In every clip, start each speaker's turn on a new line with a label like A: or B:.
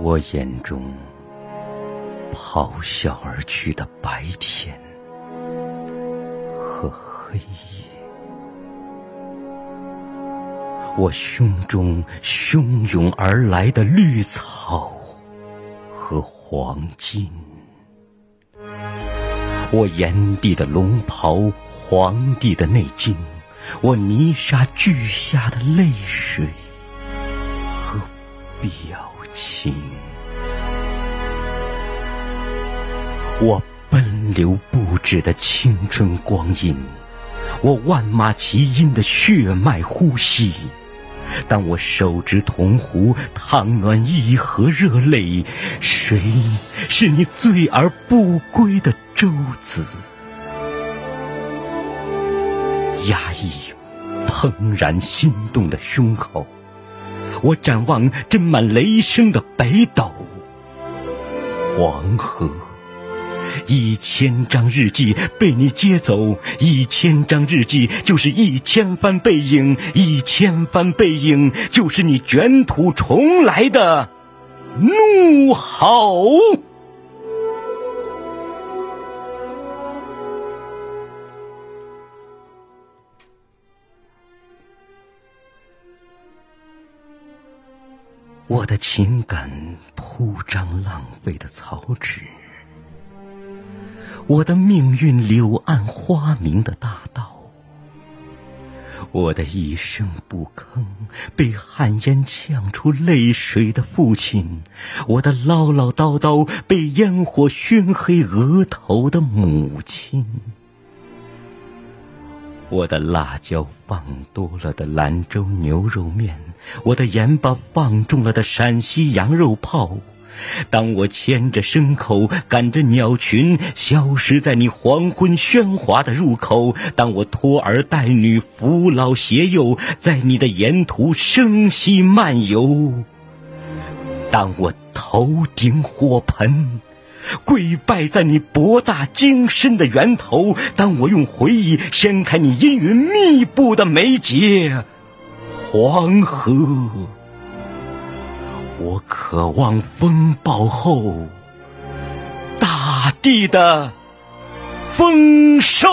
A: 我眼中咆哮而去的白天和黑夜，我胸中汹涌而来的绿草和黄金，我炎帝的龙袍，黄帝的内经，我泥沙俱下的泪水和表情，我奔流不止的青春光阴，我万马齐喑的血脉呼吸。当我手执铜壶，烫暖一河热泪，谁是你醉而不归的舟子？压抑怦然心动的胸口，我展望斟满雷声的北斗。黄河，1000张日记被你接走，1000张日记就是1000番背影，1000番背影就是你卷土重来的怒吼。我的情感铺张浪费的草纸，我的命运柳暗花明的大道，我的一声不吭被旱烟呛出泪水的父亲，我的唠唠叨叨被烟火熏黑额头的母亲，我的辣椒放多了的兰州牛肉面，我的盐巴放重了的陕西羊肉泡。当我牵着牲口，赶着鸟群，消失在你黄昏喧哗的入口，当我拖儿带女，扶老携幼，在你的沿途生息漫游，当我头顶火盆，跪拜在你博大精深的源头，当我用回忆掀开你阴云密布的眉睫，黄河，我渴望风暴后大地的丰收。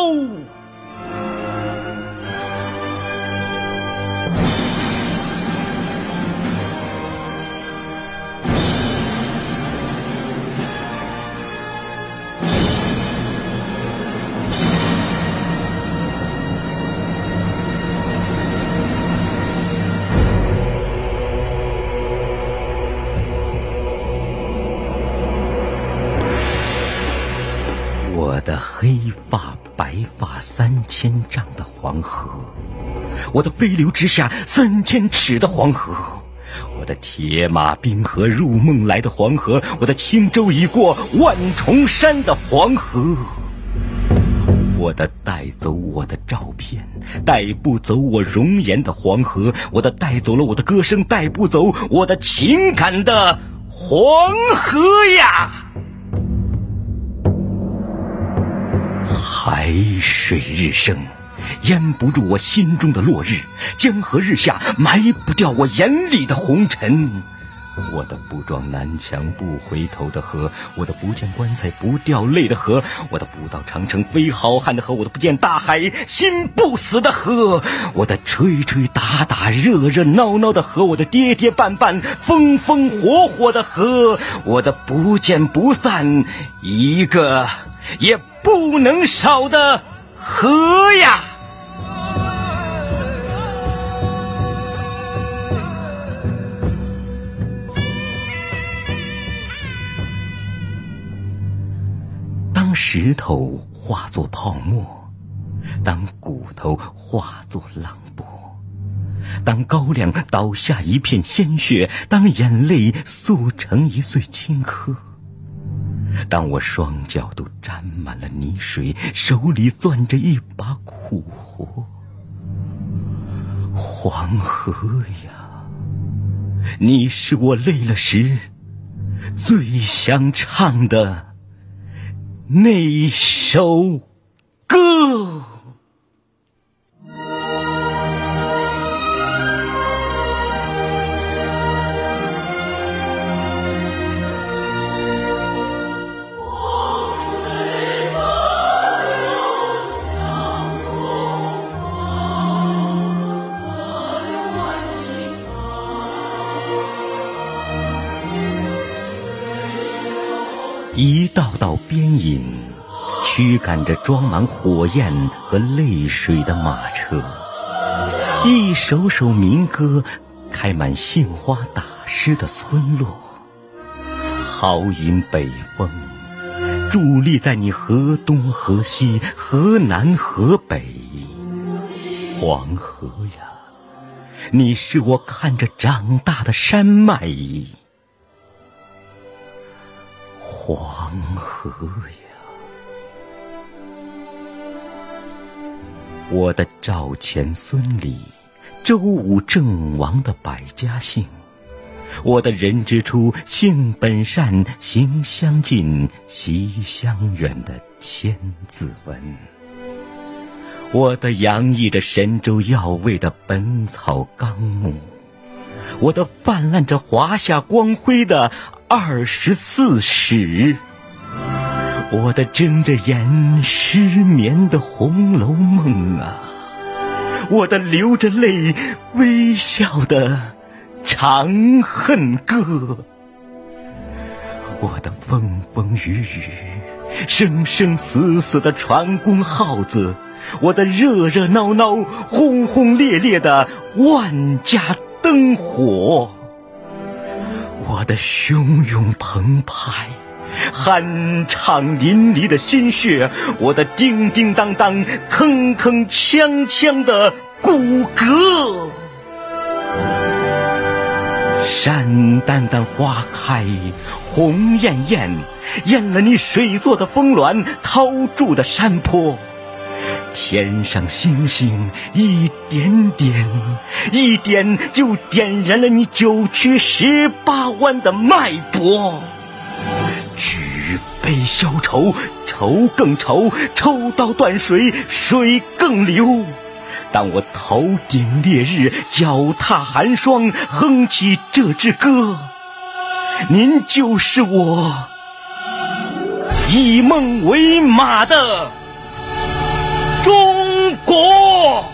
A: 我的黑发白发3000丈的黄河，我的飞流直下3000尺的黄河，我的铁马冰河入梦来的黄河，我的轻舟已过万重山的黄河，我的带走我的照片，带不走我容颜的黄河，我的带走了我的歌声，带不走我的情感的黄河呀！海水日升，淹不住我心中的落日，江河日下，埋不掉我眼里的红尘。我的不撞南墙不回头的河，我的不见棺材不掉泪的河，我的不到长城非好汉的河，我的不见大海心不死的河，我的吹吹打打热热闹闹的河，我的跌跌绊绊风风火火的河，我的不见不散一个也不能少的河呀！当石头化作泡沫，当骨头化作浪波，当高粱倒下一片鲜血，当眼泪塑成一穗青稞，当我双脚都沾满了泥水，手里攥着一把苦活，黄河呀，你是我累了时最想唱的那首歌。 一道道边影驱赶着装满火焰和泪水的马车，一首首民歌开满杏花打湿的村落，好饮北风伫立在你河东河西河南河北。黄河呀，你是我看着长大的山脉，黄河呀，我的赵钱孙李周武郑王的百家姓，我的人之初性本善行相近习相远的千字文，我的洋溢着神州要味的本草纲目，我的泛滥着华夏光辉的24史，我的睁着眼失眠的红楼梦啊，我的流着泪微笑的长恨歌，我的风风雨雨生生死死的船工号子，我的热热闹闹轰轰烈烈的万家灯火，我的汹涌澎湃酣畅淋漓的心血，我的叮叮当当铿铿锵锵的骨骼。山丹丹花开红艳艳，艳了你水做的峰峦涛筑的山坡，天上星星一点点，一点就点燃了你9曲18弯的脉搏。举杯消愁，愁更愁，抽刀断水，水更流。当我头顶烈日，脚踏寒霜，哼起这支歌，您就是我以梦为马的中国。